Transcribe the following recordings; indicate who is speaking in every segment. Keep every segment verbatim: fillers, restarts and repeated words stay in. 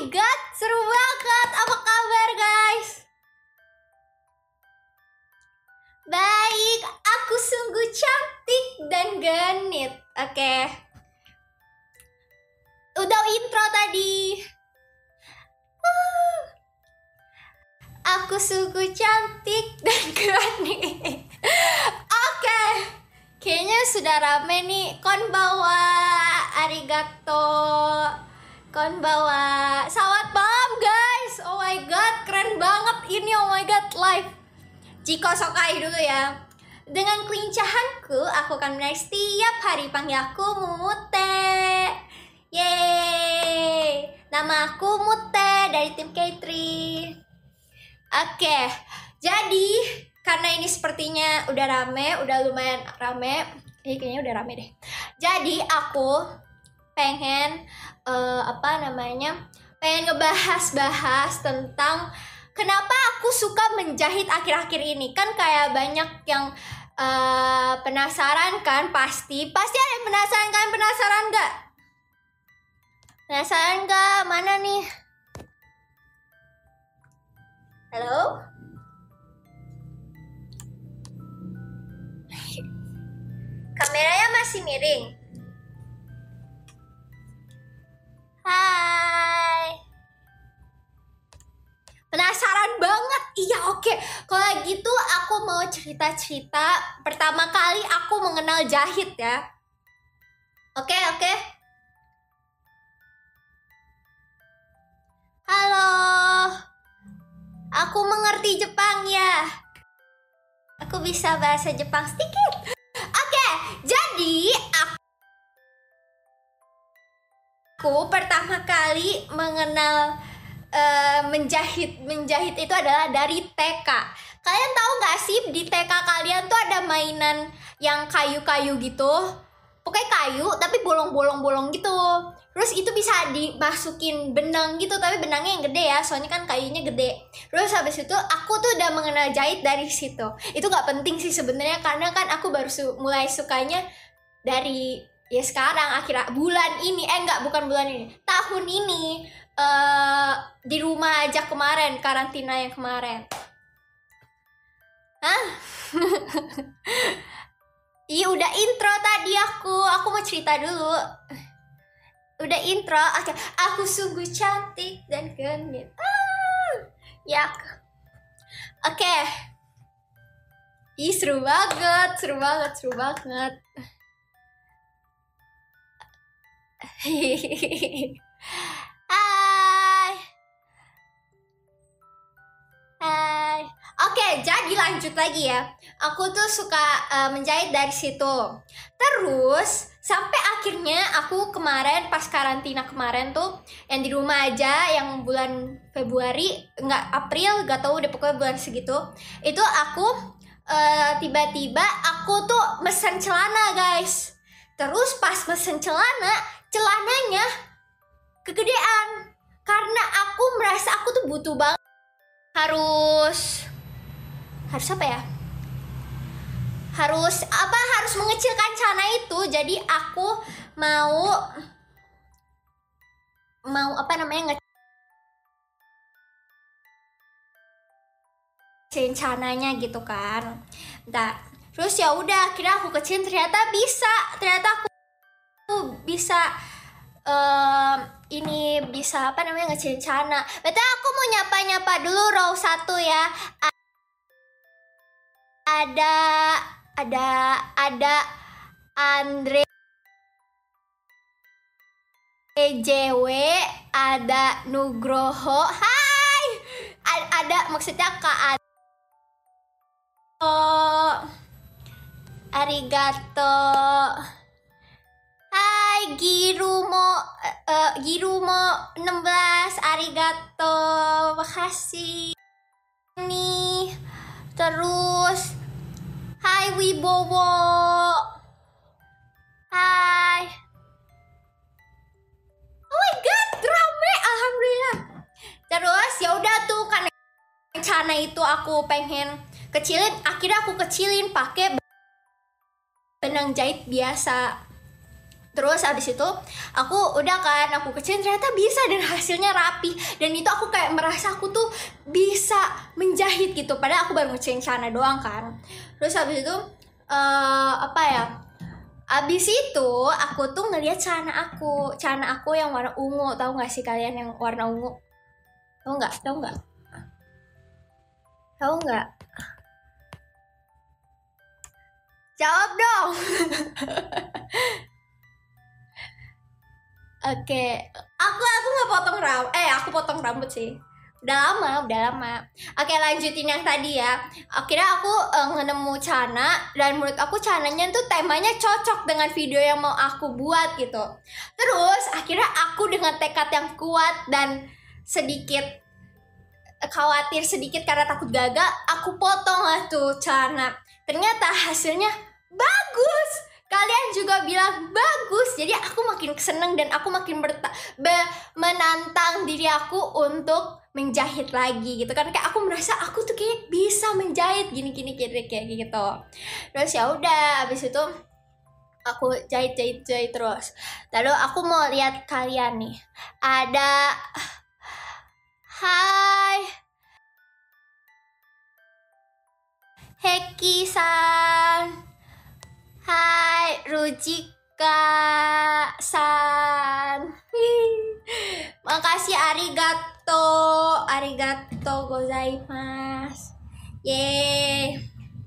Speaker 1: God, seru banget. Apa kabar guys? Baik, aku sungguh cantik dan genit. Oke. Udah intro tadi. Uh. Aku sungguh cantik dan genit. Oke. Kayaknya sudah rame nih. Konbawa, arigato. Konbawa. Selamat malam guys. Oh my god, keren banget ini. Oh my god, live. Jiko Sokai dulu ya. Dengan kelincahanku, aku akan menarik setiap hari. Panggil aku Mute. Yeay. Nama aku Mute dari tim K tiga. Oke, jadi karena ini sepertinya udah rame, udah lumayan rame. Eh, kayaknya udah rame deh. Jadi aku pengen uh, apa namanya? Pengen ngebahas-bahas tentang kenapa aku suka menjahit akhir-akhir ini. Kan kayak banyak yang uh, penasaran kan. Pasti Pasti ada yang penasaran kan. Penasaran gak? Penasaran gak? Mana nih? Halo? Kameranya masih miring. Hai. Penasaran banget? Iya, oke. Kalau gitu aku mau cerita-cerita pertama kali aku mengenal jahit ya. Oke, oke. Halo. Aku mengerti Jepang ya. Aku bisa bahasa Jepang sedikit. Oke, jadi aku Aku pertama kali mengenal uh, menjahit menjahit itu adalah dari T K. Kalian tahu nggak sih di T K kalian tuh ada mainan yang kayu-kayu gitu, pokoknya kayu tapi bolong-bolong-bolong gitu. Terus itu bisa dimasukin benang gitu, tapi benangnya yang gede ya, soalnya kan kayunya gede. Terus habis itu aku tuh udah mengenal jahit dari situ. Itu nggak penting sih sebenarnya, karena kan aku baru su mulai sukanya dari ya sekarang, akhir bulan ini, eh enggak, bukan bulan ini, tahun ini, uh, di rumah aja kemarin, karantina yang kemarin. Hah? Iya udah intro tadi aku, aku mau cerita dulu. Udah intro, oke. Aku sungguh cantik dan genit. Ah, ya. Oke. Ih seru banget, seru banget, seru banget. Hai. Hai. Oke, jadi lanjut lagi ya. Aku tuh suka uh, menjahit dari situ. Terus sampai akhirnya aku kemarin pas karantina kemarin tuh yang di rumah aja, yang bulan Februari, enggak April, gak tahu deh, pokoknya bulan segitu. Itu aku tiba-tiba uh, aku tuh mesen celana guys. Terus pas mesen celana, celananya kegedean. Karena aku merasa aku tuh butuh banget. Harus Harus apa ya? Harus apa? Harus mengecilkan celana itu. Jadi aku mau Mau apa namanya? Ngecilin celananya gitu kan. Nah, terus ya udah, akhirnya aku kecilin, ternyata bisa. Ternyata aku bisa um, ini bisa apa namanya ngecilin celana. Betul, aku mau nyapa-nyapa dulu row satu ya. Ada ada ada Andre J W, ada Nugroho. Hai. Ada maksudnya Kak Ad Oh, arigato. Hai Girumo, uh, Girumo enam belas, arigato, makasih. Nih, terus hai Wibowo. Hai. Oh my god, rame, alhamdulillah. Terus ya udah tuh, karena rencana itu aku pengen kecilin, akhirnya aku kecilin pakai benang jahit biasa. Terus abis itu aku udah kan, aku kecilin ternyata bisa dan hasilnya rapi. Dan itu aku kayak merasa aku tuh bisa menjahit gitu. Padahal aku baru ngecilin celana doang kan. Terus abis itu uh, apa ya, abis itu aku tuh ngeliat celana aku. Celana aku yang warna ungu. Tahu gak sih kalian yang warna ungu? Tahu gak? Tahu gak? Tahu gak? Jawab dong. Oke, okay. aku aku nggak potong rambut, eh aku potong rambut sih. Udah lama, udah lama. Oke, okay, lanjutin yang tadi ya. Akhirnya aku uh, nemu celana dan menurut aku celananya tuh temanya cocok dengan video yang mau aku buat gitu. Terus akhirnya aku dengan tekad yang kuat dan sedikit khawatir sedikit karena takut gagal, aku potong lah tuh celana. Ternyata hasilnya bagus. Kalian juga bilang bagus. Jadi aku makin seneng dan aku makin berta be- menantang diri aku untuk menjahit lagi gitu kan. Kayak aku merasa aku tuh kayak bisa menjahit gini-gini kayak kayak gitu. Terus ya udah, abis itu aku jahit-jahit-jahit terus. Lalu aku mau lihat kalian nih. Ada hai Heki-san. Hai Rujika san. Makasih, arigato. Arigato gozaimasu. Yeay.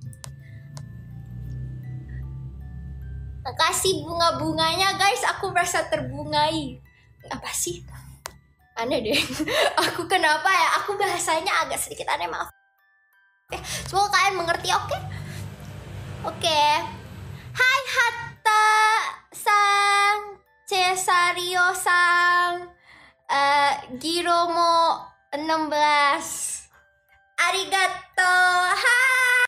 Speaker 1: Makasih bunga-bunganya guys, aku merasa terbungai. Apa sih? Aneh deh. Aku kenapa ya? Aku bahasanya agak sedikit aneh, maaf. Oke, semoga kalian mengerti, oke? Okay? Oke. Okay. Hai Hatta sang, Cesario sang, uh, Giromo enam belas. Arigato. Hai.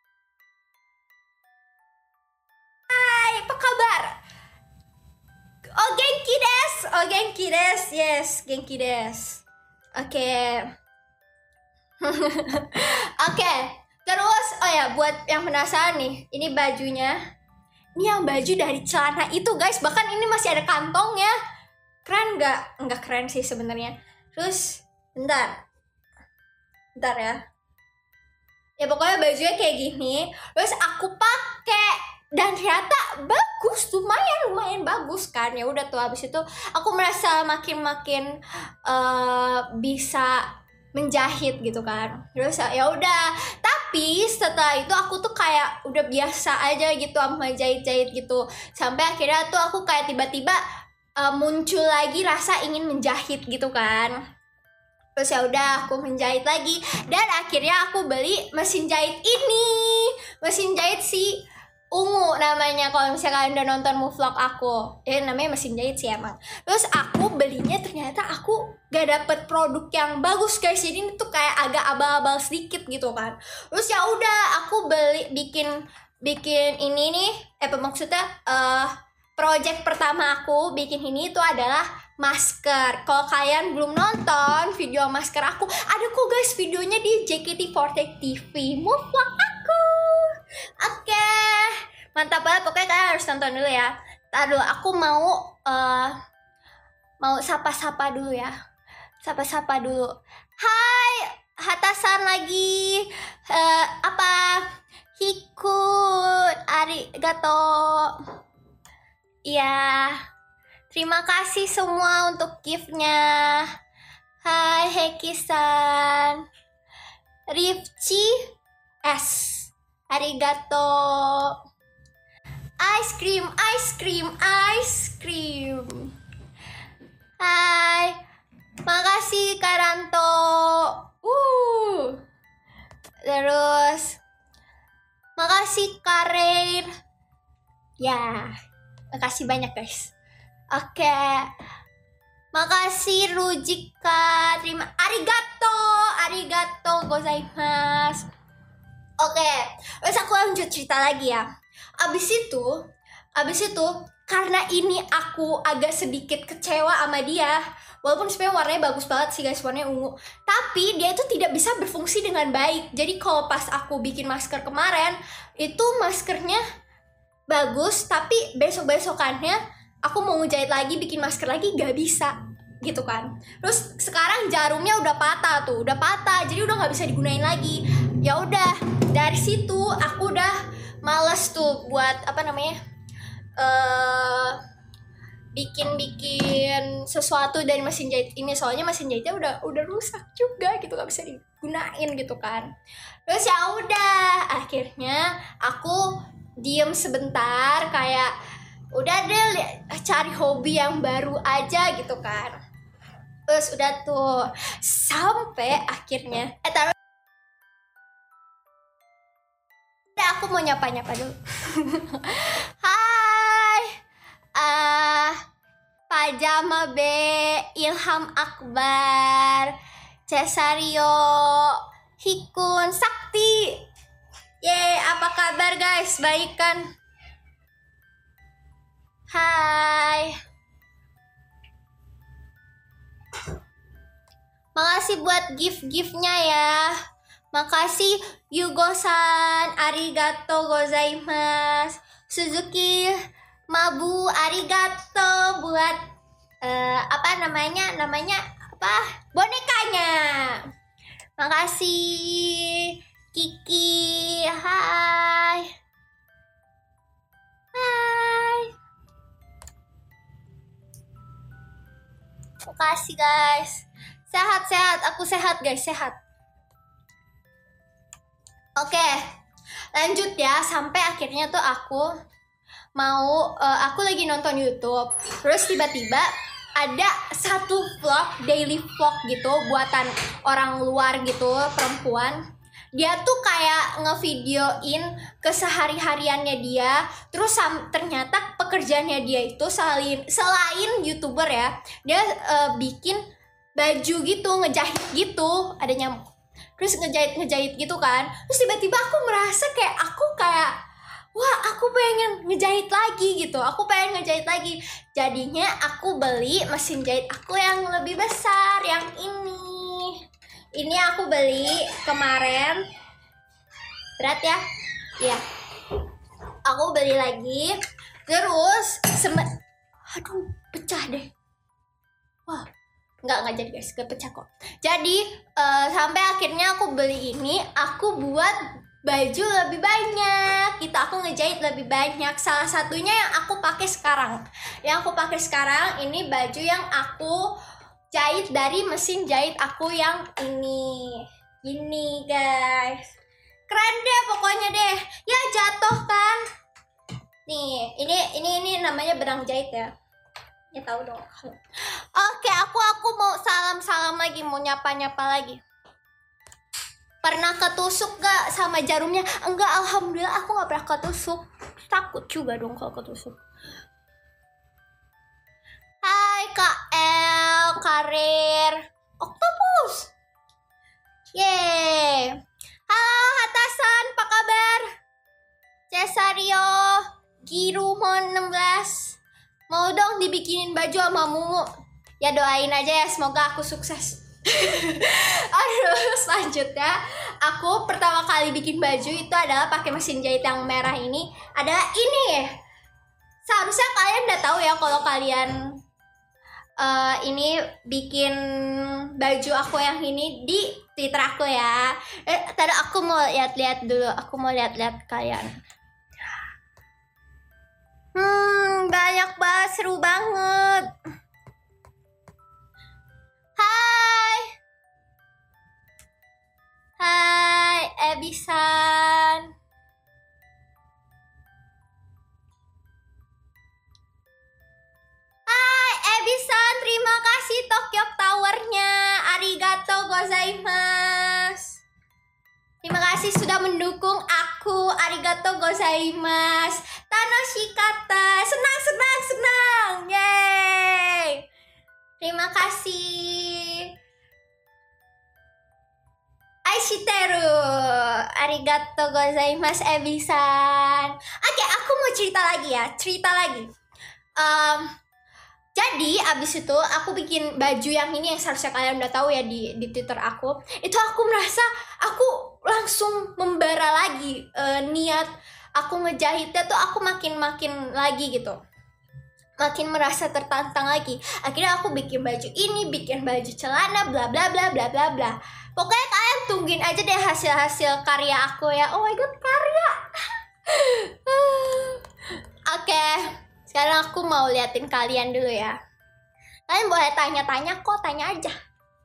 Speaker 1: Hai, apa kabar? Oh, genki desu. Oh, genki desu. Yes, genki desu. Oke. Okay. Oke. Okay. Terus, oh ya, buat yang penasaran nih, ini bajunya. Ini yang baju dari celana itu guys, bahkan ini masih ada kantongnya. Keren nggak? Nggak keren sih sebenarnya. Terus, bentar, bentar ya. Ya pokoknya bajunya kayak gini. Terus aku pakai dan ternyata bagus, lumayan lumayan bagus kan. Ya udah tuh, habis itu aku merasa makin-makin uh, bisa menjahit gitu kan. Terus ya udah, tapi setelah itu aku tuh kayak udah biasa aja gitu sama jahit-jahit gitu. Sampai akhirnya tuh aku kayak tiba-tiba uh, muncul lagi rasa ingin menjahit gitu kan. Terus ya udah aku menjahit lagi dan akhirnya aku beli mesin jahit ini. Mesin jahit si ungu namanya, kalau misalnya kalian udah nonton vlog aku. Ya namanya mesin jahit sih emang. Terus aku belinya ternyata aku gak dapet produk yang bagus guys. Jadi ini tuh kayak agak abal-abal sedikit gitu kan. Terus ya udah aku beli bikin bikin ini nih, eh maksudnya uh, project pertama aku bikin ini tuh adalah masker. Kalau kalian belum nonton video masker aku, ada kok guys videonya di J K T empat puluh delapan T V Move Vlog aku. Oke, okay. Mantap banget. Pokoknya kalian harus tonton dulu ya. Aduh, aku mau uh, mau sapa-sapa dulu ya. Sapa-sapa dulu. Hai, Hatasan lagi. Uh, apa? Hikut, arigato. Iya. Terima kasih semua untuk gift-nya. Hai Heki-san. Rifci S. Arigato. Ice cream, ice cream, ice cream. Hai. Makasih Karanto. Uh. Terus makasih Karir. Ya, makasih banyak guys. Oke. Makasih Rujika. Terima arigato, arigato gozaimasu. Oke, terus aku lanjut cerita lagi ya. Abis itu, abis itu karena ini aku agak sedikit kecewa sama dia. Walaupun sebenarnya warnanya bagus banget sih guys, warnanya ungu. Tapi dia itu tidak bisa berfungsi dengan baik. Jadi kalau pas aku bikin masker kemarin, itu maskernya bagus, tapi besok-besokannya aku mau ngejahit lagi, bikin masker lagi gak bisa gitu kan. Terus sekarang jarumnya udah patah tuh, udah patah, jadi udah nggak bisa digunain lagi. Ya udah, dari situ aku udah males tuh buat apa namanya uh, bikin-bikin sesuatu dari mesin jahit ini, soalnya mesin jahitnya udah udah rusak juga gitu, nggak bisa digunain gitu kan. Terus ya udah, akhirnya aku diem sebentar, kayak udah deh cari hobi yang baru aja gitu kan. Terus udah tuh sampai akhirnya eh taruh udah, aku mau nyapa-nyapa dulu. Hai uh, Pajama B, Ilham Akbar, Cesario, Hikun, Sakti. Yeay, apa kabar guys? Baik kan? Hai. Makasih buat gift-giftnya ya. Makasih Yugo-san, arigato gozaimasu. Suzuki Mabu, arigato buat uh, apa namanya? Namanya apa? Bonekanya. Makasih Kiki. Hai. Hai. Makasih guys. Sehat-sehat, aku sehat guys, sehat. Oke, lanjut ya. Sampai akhirnya tuh aku mau, uh, aku lagi nonton YouTube. Terus tiba-tiba ada satu vlog, daily vlog gitu, buatan orang luar gitu, perempuan. Dia tuh kayak ngevideoin kesehari-hariannya dia. Terus ternyata pekerjaannya dia itu selain, selain YouTuber ya, dia uh, bikin baju gitu, ngejahit gitu, ada nyamuk. Terus ngejahit-ngejahit gitu kan. Terus tiba-tiba aku merasa kayak aku kayak wah, aku pengen ngejahit lagi gitu. Aku pengen ngejahit lagi. Jadinya aku beli mesin jahit aku yang lebih besar, yang ini. Ini aku beli kemarin. Berat ya? Iya. Aku beli lagi. Terus sempet, aduh, pecah deh. Wah, nggak nggak jadi guys, gak pecah kok. Jadi uh, sampai akhirnya aku beli ini, aku buat baju lebih banyak gitu, aku ngejahit lebih banyak. Salah satunya yang aku pakai sekarang, yang aku pakai sekarang ini baju yang aku jahit dari mesin jahit aku yang ini, ini guys, keren deh pokoknya deh. Ya jatuh kan? Nih, ini ini ini namanya benang jahit ya. Ya tahu dong. Oke, aku aku mau salam-salam lagi, mau nyapa-nyapa lagi. Pernah ketusuk gak sama jarumnya? Enggak, alhamdulillah aku gak pernah ketusuk. Takut juga dong kalau ketusuk. Hai Kak El, Karir, Octopus. Yeay. Halo Hatasan, apa kabar? Cesario, Girumon enam belas. Mau dong dibikinin baju sama Mumu. Ya doain aja ya, semoga aku sukses. Aduh, selanjutnya aku pertama kali bikin baju itu adalah pakai mesin jahit yang merah ini. Adalah ini. Seharusnya kalian udah tahu ya kalau kalian uh, ini bikin baju aku yang ini di Twitter aku ya. Eh, tadi aku mau lihat-lihat dulu. Aku mau lihat-lihat kalian. Hmm, banyak banget, seru banget. Hai. Hai, Ebisan. Hai, Ebisan, terima kasih Tokyo Tower-nya. Arigato gozaimasu. Terima kasih sudah mendukung aku. Arigato gozaimasu. Tanoshikata. Senang, senang, senang. Yeay. Terima kasih. Aishiteru. Arigato gozaimasu, Ebisan. Oke, aku mau cerita lagi ya. Cerita lagi. Um, Jadi abis itu aku bikin baju yang ini yang seharusnya kalian udah tahu ya di di Twitter aku. Itu aku merasa aku langsung membara lagi uh, niat aku ngejahitnya tuh, aku makin-makin lagi gitu. makin merasa tertantang lagi. Akhirnya aku bikin baju ini, bikin baju celana, bla bla bla bla bla bla. Pokoknya kalian tungguin aja deh hasil-hasil karya aku ya. Oh my god, karya. Oke, okay. Sekarang aku mau liatin kalian dulu ya. Kalian boleh tanya-tanya kok, tanya aja.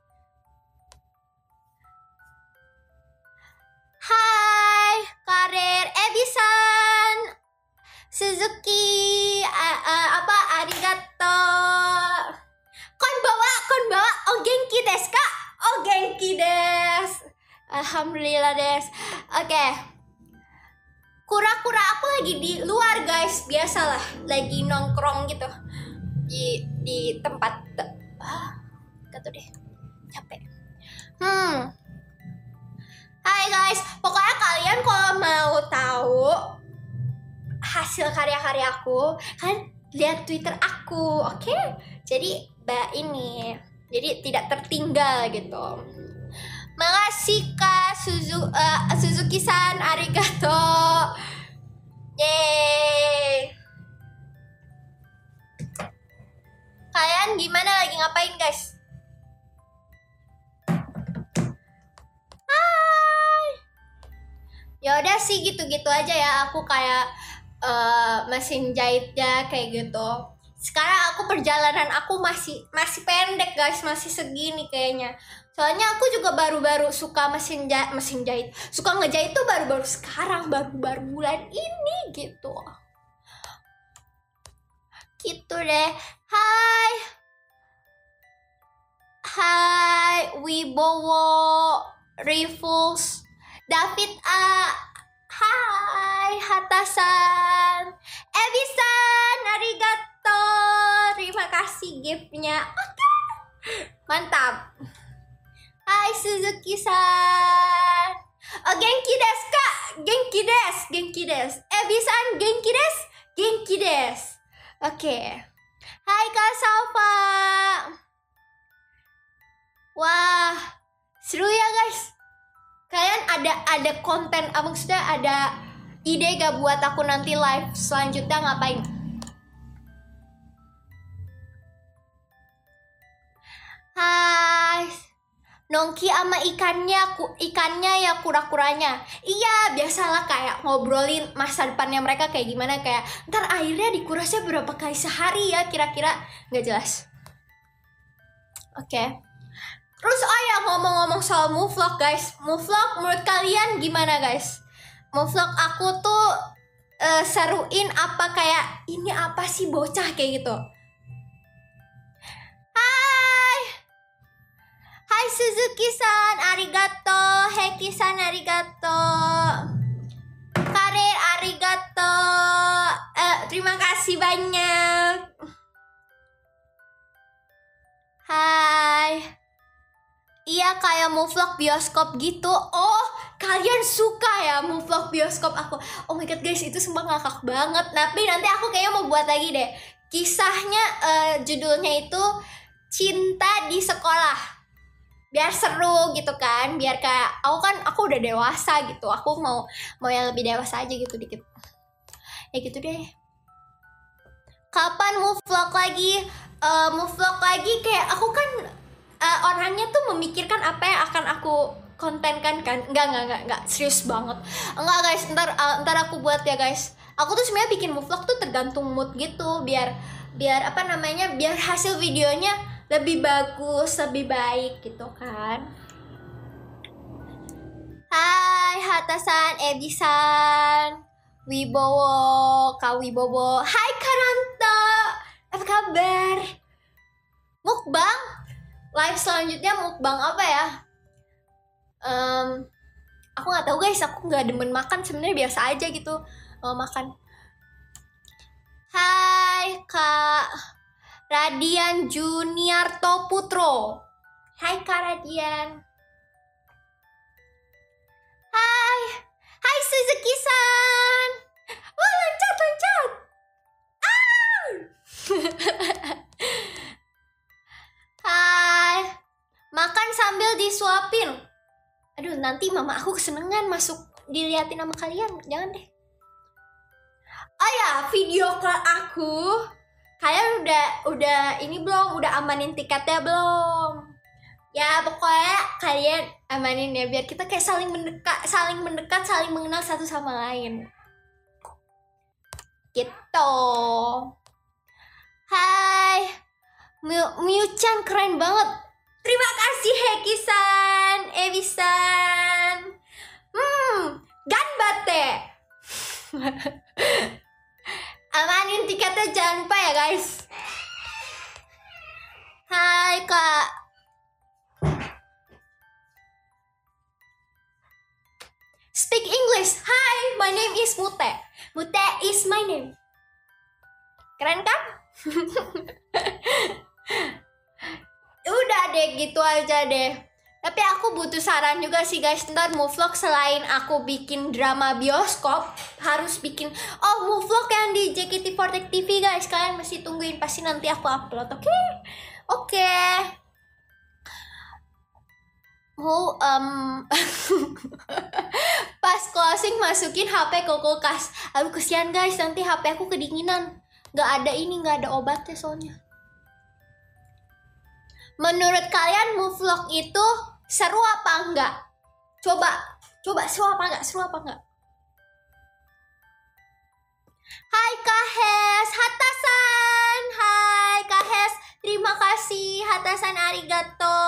Speaker 1: Hai, Karir, Ebisan, Suzuki, uh, uh, apa, arigato. Konbawa, konbawa, oh genki desu ka? Oh genki desu. Alhamdulillah des. Oke. Okay. Kura-kura aku lagi di luar guys, biasalah, lagi nongkrong gitu di di tempat. Ah, gitu deh, capek. Hmm. Hai guys, pokoknya kalian kalau mau tahu hasil karya-karya aku, kalian lihat Twitter aku, oke? Okay? Jadi mbak ini, jadi tidak tertinggal gitu. Makasih Kak Suzu, uh, Suzuki-san, arigato. Yeay. Kalian gimana, lagi ngapain guys? Hai. Ya udah sih gitu-gitu aja ya, aku kayak uh, mesin jahitnya kayak gitu. Sekarang aku perjalanan aku masih masih pendek guys, masih segini kayaknya. Soalnya aku juga baru-baru suka mesin jahit, mesin jahit. Suka ngejahit tuh baru-baru sekarang, baru-baru bulan ini gitu. Gitu deh. Hai. Hai Wibowo Rifles David A. Hai Hatasan, Ebisan, arigato. Terima kasih giftnya. Oke, mantap. Hai Suzuki-san. Oh, genki desu kak, genki desu, genki desu. Ebisan, genki desu, genki desu. Oke. Hai Kak Salva. Wah, seru ya guys. Kalian ada ada konten, ah, maksudnya ada ide gak buat aku nanti live selanjutnya ngapain? Hai, Nongki sama ikannya, ku, ikannya ya kura-kuranya. Iya, biasalah kayak ngobrolin masa depannya mereka kayak gimana, kayak ntar airnya dikurasnya berapa kali sehari ya kira-kira, nggak jelas. Oke. Okay. Terus oh ya, ngomong-ngomong soal Muvlog guys, Muvlog menurut kalian gimana guys? Muvlog aku tuh uh, seruin apa, kayak ini apa sih bocah kayak gitu? Hai, hai Suzuki-san, arigato. Heki-san, arigato. Karir, arigato. Uh, terima kasih banyak. Hai. Iya, kayak Muvlog bioskop gitu. Oh, kalian suka ya Muvlog bioskop aku? Oh my god guys, itu sumpah ngakak banget. Tapi nanti aku kayaknya mau buat lagi deh. Kisahnya, uh, judulnya itu Cinta di Sekolah. Biar seru gitu kan. Biar kayak, aku kan, aku udah dewasa gitu. Aku mau mau yang lebih dewasa aja gitu dikit. Ya gitu deh. Kapan Muvlog lagi? Uh, Muvlog lagi kayak aku kan Uh, orangnya tuh memikirkan apa yang akan aku kontenkan kan. Enggak, enggak, enggak, enggak, serius banget. Enggak guys, ntar, uh, ntar aku buat ya guys. Aku tuh sebenarnya bikin Muvlog tuh tergantung mood gitu. Biar, biar apa namanya, biar hasil videonya lebih bagus, lebih baik gitu kan. Hai Hatasan, Ebisan, Wibowo, Kak Wibowo. Hai Karanto, apa kabar? Mukbang? Live selanjutnya mukbang apa ya? Um, aku nggak tahu guys, aku nggak demen makan sebenarnya, biasa aja gitu mau makan. Hai Kak Radian Juniarto Putro. Hai Kak Radian. Hai, hai Suzuki-san. Wah, loncat loncat. Ah. Hai, makan sambil disuapin. Aduh, nanti mama aku kesenengan masuk diliatin sama kalian. Jangan deh. Oh ya, video call aku Kalian udah udah ini belum? Udah amanin tiketnya belum? Ya pokoknya kalian amanin ya biar kita kayak saling mendekat, saling mendekat, saling mengenal satu sama lain. Gitu. Hai, Miu-chan keren banget. Terima kasih Heki-san, Ebi-san. Hmm, ganbatte. Amanin tiketnya jangan lupa ya guys. Hai Kak. Speak English. Hi, my name is Mute. Mute is my name. Keren kan? Udah deh gitu aja deh. Tapi aku butuh saran juga sih guys. Ntar mau vlog selain aku bikin drama bioskop, harus bikin oh mau vlog yang di J K T empat puluh delapan T V guys. Kalian mesti tungguin, pasti nanti aku upload. Oke? Okay? Oke. Okay. Mau um, pas closing masukin H P ke kulkas. Aduh kesian guys, nanti H P aku kedinginan. Gak ada ini, gak ada obatnya soalnya. Menurut kalian mau vlog itu seru apa enggak? Coba, coba seru apa enggak? Seru apa enggak? Hai Kahes, Hatasan. Hai Kahes, terima kasih Hatasan, arigato.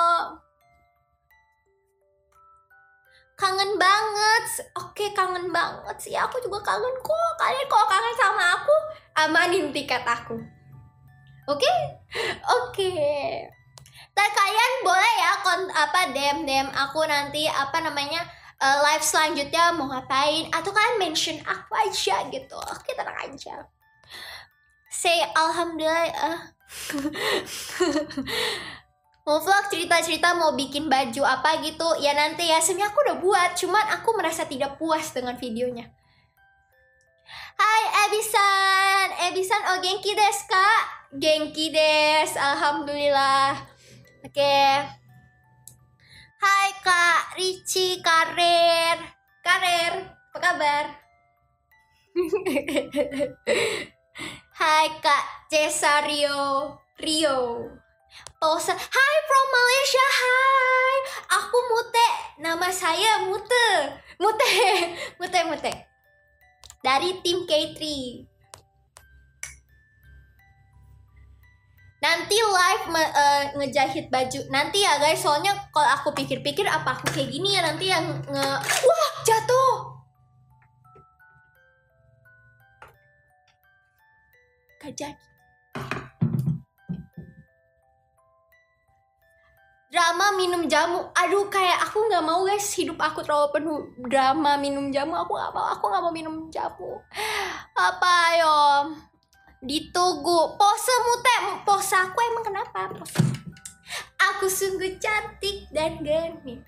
Speaker 1: Kangen banget. Oke, kangen banget sih. Aku juga kangen kok. Kalian kalau kangen sama aku, amanin tiket aku. Oke? Oke. Dan kalian boleh ya kon apa D M D M aku nanti apa namanya uh, live selanjutnya mau ngapain, atau kalian mention aku aja gitu. Oke, tenang aja. Say alhamdulillah. Uh. Mau vlog cerita-cerita mau bikin baju apa gitu ya nanti ya. Sebenarnya aku udah buat, cuman aku merasa tidak puas dengan videonya. Hai Ebisan, Ebisan oh genki desu ka? Genki desu, alhamdulillah. Oke. Okay. Hai Kak Ricci, Karir, Karir, apa kabar? Hai Kak Cesario, Rio. Pose. Hai from Malaysia, hai. Aku Mute, nama saya Mute, Mute, Mute, Mute. Dari tim K tiga. Nanti live me- uh, ngejahit baju nanti ya guys, soalnya kalau aku pikir-pikir apa aku kayak gini ya nanti yang nge wah jatuh gak jadi. Drama minum jamu, aduh kayak aku nggak mau guys, hidup aku terlalu penuh drama minum jamu. Aku nggak mau, aku nggak mau minum jamu. Apa yo? Ditunggu pose Mute, pose aku emang kenapa? Pose. Aku sungguh cantik dan genit.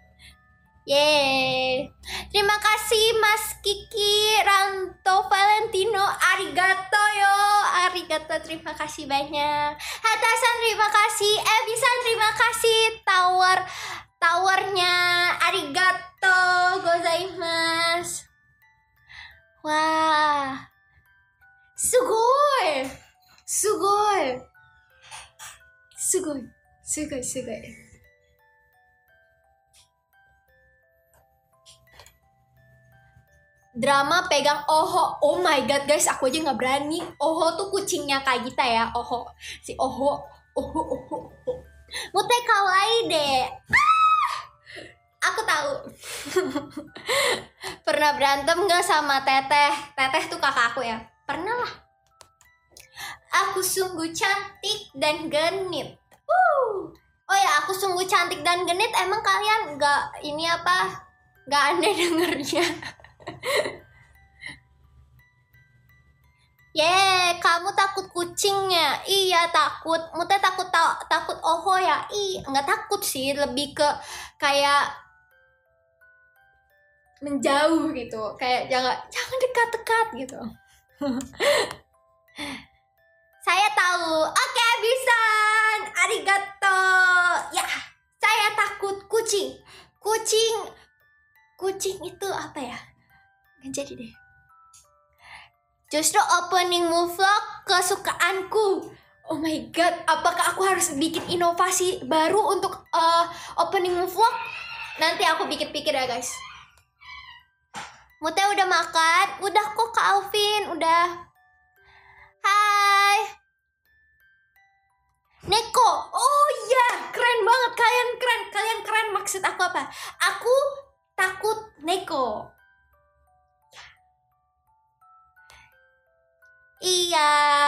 Speaker 1: Yeay. Terima kasih Mas Kiki Ranto Valentino, arigato yo, arigato, terima kasih banyak. Hatasan terima kasih, Ebisan terima kasih, tower towernya arigato gozaimasu. Wah. Sugoi. Sugoi. Sugoi. Sugoi, sugoi. Drama pegang Oho. Oh my god guys, aku aja nggak berani. Oho tuh kucingnya Kak Gita ya, Oho. Si Oho. Oho, Oho, Oho. Mute kawaii deh. Ah! Aku tahu. Pernah berantem nggak sama Teteh? Teteh tuh kakak aku ya. Pernah lah. Aku sungguh cantik dan genit. Uh. Oh ya, aku sungguh cantik dan genit. Emang kalian nggak ini apa? Nggak aneh dengernya? Yeay, kamu takut kucingnya? Iya takut. Mute takut ta takut Oho ya? Ih, nggak takut sih, lebih ke kayak menjauh gitu, kayak jangan jangan dekat-dekat gitu. Saya tahu. Oke, Bisan. Arigato. Ya, saya takut kucing. Kucing. Kucing itu apa ya? Nggak jadi deh. Justru opening move vlog kesukaanku. Oh my god, apakah aku harus bikin inovasi baru untuk uh, opening move vlog? Nanti aku pikir-pikir ya guys. Mute udah makan? Udah kok Kak Alvin, udah. Hai Neko. Oh iya, keren banget. Kalian keren, kalian keren. Maksud aku apa? Aku takut Neko. Iya.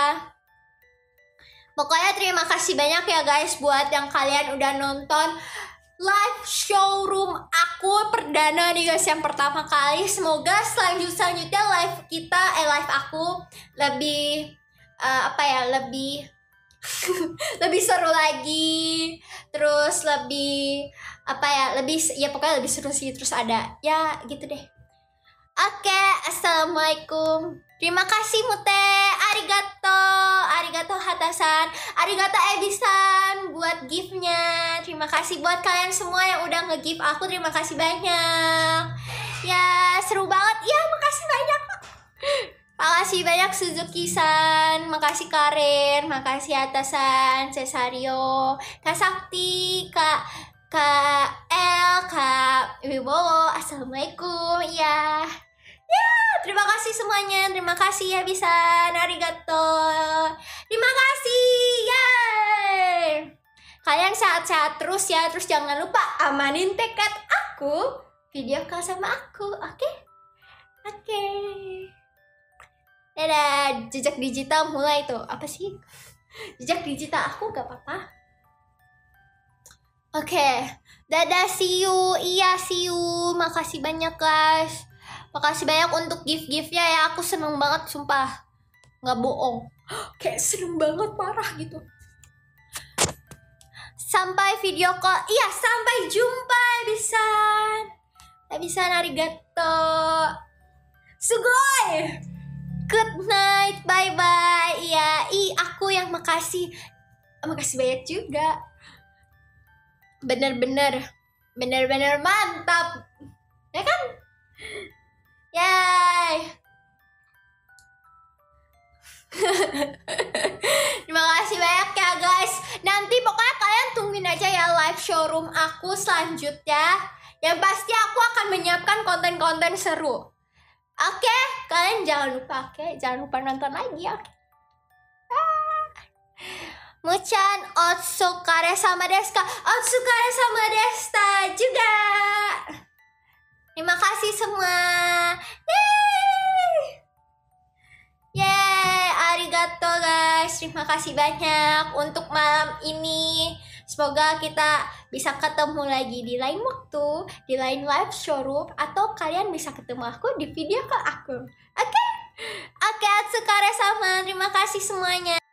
Speaker 1: Pokoknya terima kasih banyak ya guys buat yang kalian udah nonton live showroom aku perdana nih guys, yang pertama kali. Semoga selanjut selanjutnya live kita eh live aku lebih uh, apa ya lebih lebih seru lagi, terus lebih apa ya lebih ya pokoknya lebih seru sih, terus ada ya gitu deh. Oke, assalamualaikum. Terima kasih Mute, arigato, arigato hatasan, arigato Ebisan buat gift-nya. Terima kasih buat kalian semua yang udah nge-gift aku, terima kasih banyak. Ya, seru banget. Ya, makasih banyak. Makasih banyak Suzuki-san, makasih Karen, makasih Atasan, Cesario, Kak Sakti, Kak Kak El, Kak Wibowo. Assalamualaikum. Ya. Ya, terima kasih semuanya. Terima kasih ya bisa. Arigato. Terima kasih. Yeay. Kalian sehat-sehat terus ya. Terus jangan lupa amanin tekad aku. Video call sama aku. Oke? Okay? Oke. Okay. Dadah. Jejak digital mulai tuh. Apa sih? Jejak digital aku gak apa-apa. Oke. Okay. Dadah, see you. Iya, see you. Makasih banyak guys. Makasih banyak untuk gift-giftnya ya. Aku seneng banget sumpah. Nggak bohong. Kayak seneng banget parah gitu. Sampai video call. Iya, sampai jumpa Ebisan. Ebisan, arigato. Sugoi. Good night. Bye-bye. Iya, ih aku yang makasih. Makasih banyak juga. Bener-bener. Bener-bener mantap. Ya kan? Yay. Terima kasih banyak ya guys. Nanti pokoknya kalian tungguin aja ya live showroom aku selanjutnya. Yang pasti aku akan menyiapkan konten-konten seru. Oke, okay? Kalian jangan lupa, oke, okay? Jangan lupa nonton lagi, oke. Okay? Ah. Muchan otsukare sama desu. Otsukare sama desta juga. Terima kasih semua. Yeay. Yeay, arigato guys. Terima kasih banyak untuk malam ini. Semoga kita bisa ketemu lagi di lain waktu, di lain live showroom, atau kalian bisa ketemu aku di video call aku. Oke? Okay? Oke, okay, otsukare sama. Terima kasih semuanya.